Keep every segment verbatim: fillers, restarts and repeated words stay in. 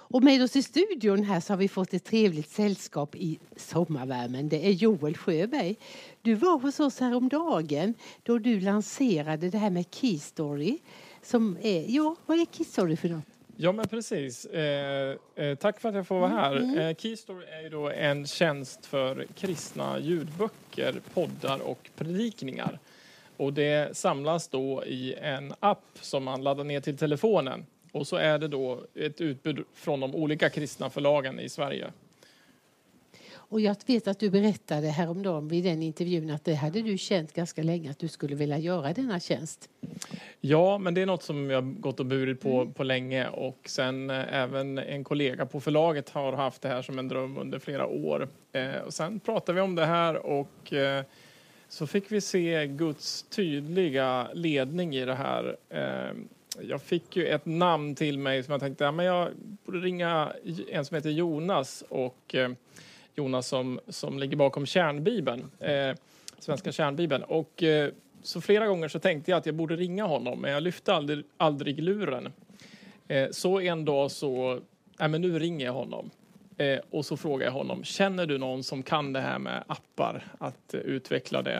Och med oss i studion här så har vi fått ett trevligt sällskap i sommarvärmen. Det är Joel Sjöberg. Du var hos oss här om dagen då du lanserade det här med Key Story. Som är, ja, vad är Key Story för något? Ja, men precis. Eh, eh, tack för att jag får vara här. Mm. Eh, Key Story är ju då en tjänst för kristna ljudböcker, poddar och predikningar. Och det samlas då i en app som man laddar ner till telefonen. Och så är det då ett utbud från de olika kristna förlagen i Sverige. Och jag vet att du berättade häromdagen vid den intervjun att det hade du känt ganska länge att du skulle vilja göra denna tjänst. Ja, men det är något som jag gått och burit på, Mm. på länge. Och sen eh, även en kollega på förlaget har haft det här som en dröm under flera år. Eh, och sen pratade vi om det här och eh, så fick vi se Guds tydliga ledning i det här. Eh, jag fick ju ett namn till mig som jag tänkte, ja, men jag borde ringa en som heter Jonas och eh, Jonas som, som ligger bakom Kärnbibeln, eh, Svenska Kärnbibeln. Och eh, så flera gånger så tänkte jag att jag borde ringa honom, men jag lyfte aldrig, aldrig luren. Eh, så en dag så, nej men nu ringer jag honom. Eh, och så frågar jag honom, känner du någon som kan det här med appar, att eh, utveckla det?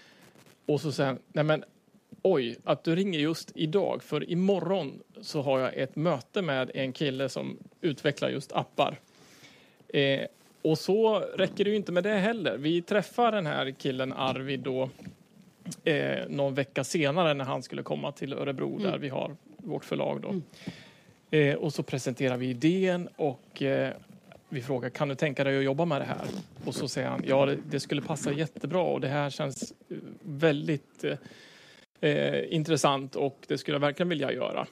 Och så säger han, nej men oj, att du ringer just idag, för imorgon så har jag ett möte med en kille som utvecklar just appar. Eh, och så räcker det ju inte med det heller. Vi träffar den här killen Arvid då eh, någon vecka senare när han skulle komma till Örebro mm. där vi har vårt förlag då. Mm. Eh, och så presenterar vi idén och eh, vi frågar, kan du tänka dig att jobba med det här? Och så säger han, ja det, det skulle passa jättebra och det här känns väldigt eh, intressant och det skulle jag verkligen vilja göra.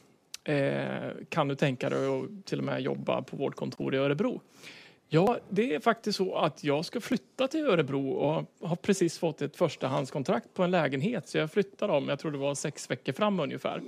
Eh, kan du tänka dig att till och med jobba på vårt kontor i Örebro? Ja, det är faktiskt så att jag ska flytta till Örebro och har precis fått ett förstahandskontrakt på en lägenhet. Så jag flyttar om, jag tror det var sex veckor fram ungefär.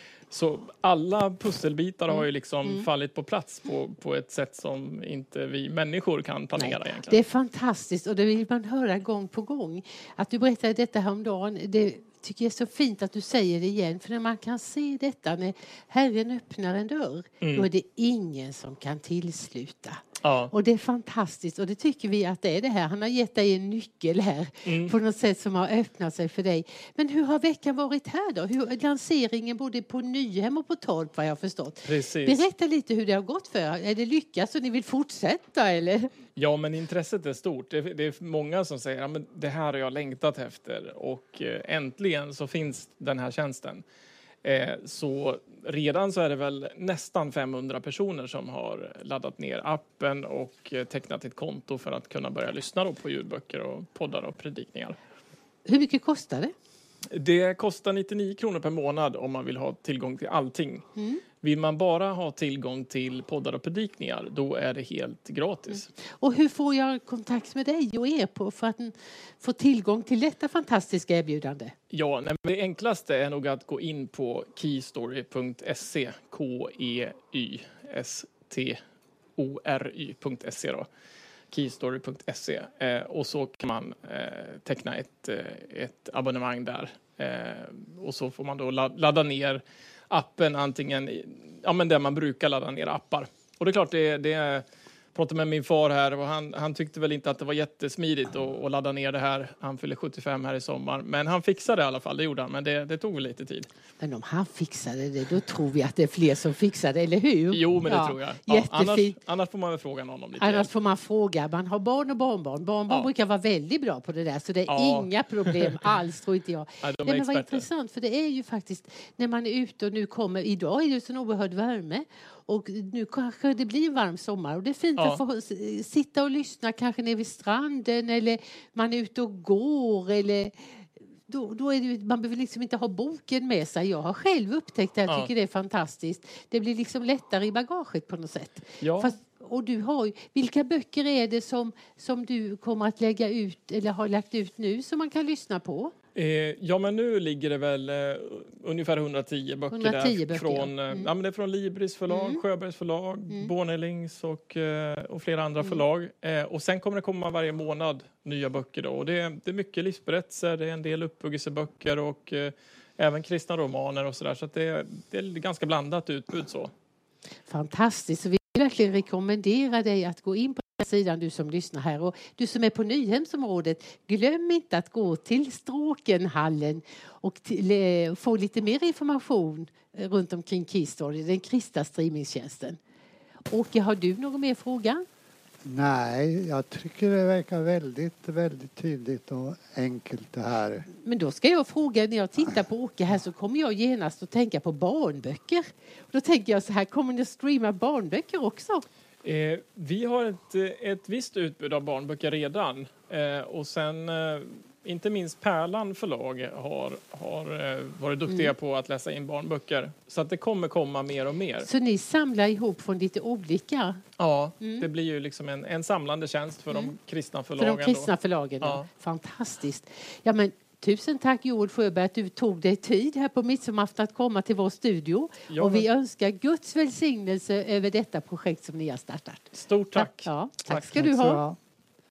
Så alla pusselbitar har ju liksom mm. fallit på plats på, på ett sätt som inte vi människor kan planera. Nej, egentligen. Det är fantastiskt och det vill man höra gång på gång. Att du berättade detta häromdagen, det tycker jag är så fint att du säger det igen. För när man kan se detta, när Herren öppnar en dörr, mm. då är det ingen som kan tillsluta. Ja. Och det är fantastiskt och det tycker vi att det är det här. Han har gett dig en nyckel här mm. på något sätt som har öppnat sig för dig. Men hur har veckan varit här då? Hur, lanseringen både på Nyhem och på Torp vad jag har förstått. Precis. Berätta lite hur det har gått för er. Är det lyckat så ni vill fortsätta eller? Ja, men intresset är stort. Det, det är många som säger att ja, det här har jag längtat efter och eh, äntligen så finns den här tjänsten. Eh, så redan så är det väl nästan femhundra personer som har laddat ner appen och eh, tecknat ett konto för att kunna börja lyssna då på ljudböcker och poddar och predikningar. Hur mycket kostar det? Det kostar nittionio kronor per månad om man vill ha tillgång till allting. Mm. Vill man bara ha tillgång till poddar och predikningar, då är det helt gratis. Mm. Och hur får jag kontakt med dig och er på för att få tillgång till detta fantastiska erbjudande? Ja, nej, det enklaste är nog att gå in på keystory punkt se, K E Y S T O R Y punkt se då. keystory punkt se eh, och så kan man eh, teckna ett, eh, ett abonnemang där eh, och så får man då ladda ner appen antingen ja, men där man brukar ladda ner appar. Och det är klart, det, det är, jag pratade med min far här och han, han tyckte väl inte att det var jättesmidigt att, att ladda ner det här. Han fyller sjuttiofem här i sommar. Men han fixade det i alla fall, det gjorde han. Men det, det tog väl lite tid. Men om han fixade det, då tror vi att det är fler som fixar det, eller hur? Jo, men det ja, tror jag. Ja, annars, jättefint. annars får man väl fråga någon om lite. Annars får man fråga. Man har barn och barnbarn. Barnbarn ja. brukar vara väldigt bra på det där. Så det är ja. inga problem alls, tror inte jag. Ja, de Nej, men vad intressant, för det är ju faktiskt när man är ute och nu kommer, idag är det så oerhörd värme. Och nu kanske det blir en varm sommar. Och det är fint ja. att få sitta och lyssna kanske nere vid stranden. Eller man är ute och går. Eller då, då är det, man behöver liksom inte ha boken med sig. Jag har själv upptäckt det. Jag tycker ja. det är fantastiskt. Det blir liksom lättare i bagaget på något sätt. Ja. Fast, och du har ju, vilka böcker är det som, som du kommer att lägga ut eller har lagt ut nu som man kan lyssna på? Eh, ja, men nu ligger det väl eh, ungefär hundratio böcker hundratio där. Böcker, från, ja. eh, Mm. ja, men det är från Libris förlag, mm. Sjöbergs förlag, mm. Bornelings och, eh, och flera andra mm. förlag. Eh, och sen kommer det komma varje månad nya böcker då. Och det, är, det är mycket livsberättelser, det är en del uppbyggelseböcker och eh, även kristna romaner och sådär. Så att det, det är ganska blandat utbud så. Fantastiskt. Jag vill verkligen rekommendera dig att gå in på den sidan, du som lyssnar här. Och du som är på Nyhemsområdet, glöm inte att gå till Stråkenhallen och till, eh, få lite mer information runt omkring Keystory, den kristna streamingtjänsten. Åke, har du någon mer fråga? Nej, jag tycker det verkar väldigt, väldigt tydligt och enkelt det här. Men då ska jag fråga, när jag tittar på Åke här så kommer jag genast att tänka på barnböcker. Och då tänker jag så här, kommer ni att streama barnböcker också? Eh, vi har ett, ett visst utbud av barnböcker redan. Eh, och sen, eh, inte minst Pärlan förlag har, har eh, varit duktiga mm. på att läsa in barnböcker. Så att det kommer komma mer och mer. Så ni samlar ihop från lite olika? Ja, mm. det blir ju liksom en, en samlande tjänst för mm. de kristna förlagen. För de kristna förlagen, då. Ja. Fantastiskt. Ja, men tusen tack Joel Sjöberg att du tog dig tid här på midsommarafton att komma till vår studio. Ja, och vi men... önskar Guds välsignelse över detta projekt som ni har startat. Stort tack. tack. Ja, tack, tack ska tack du ha.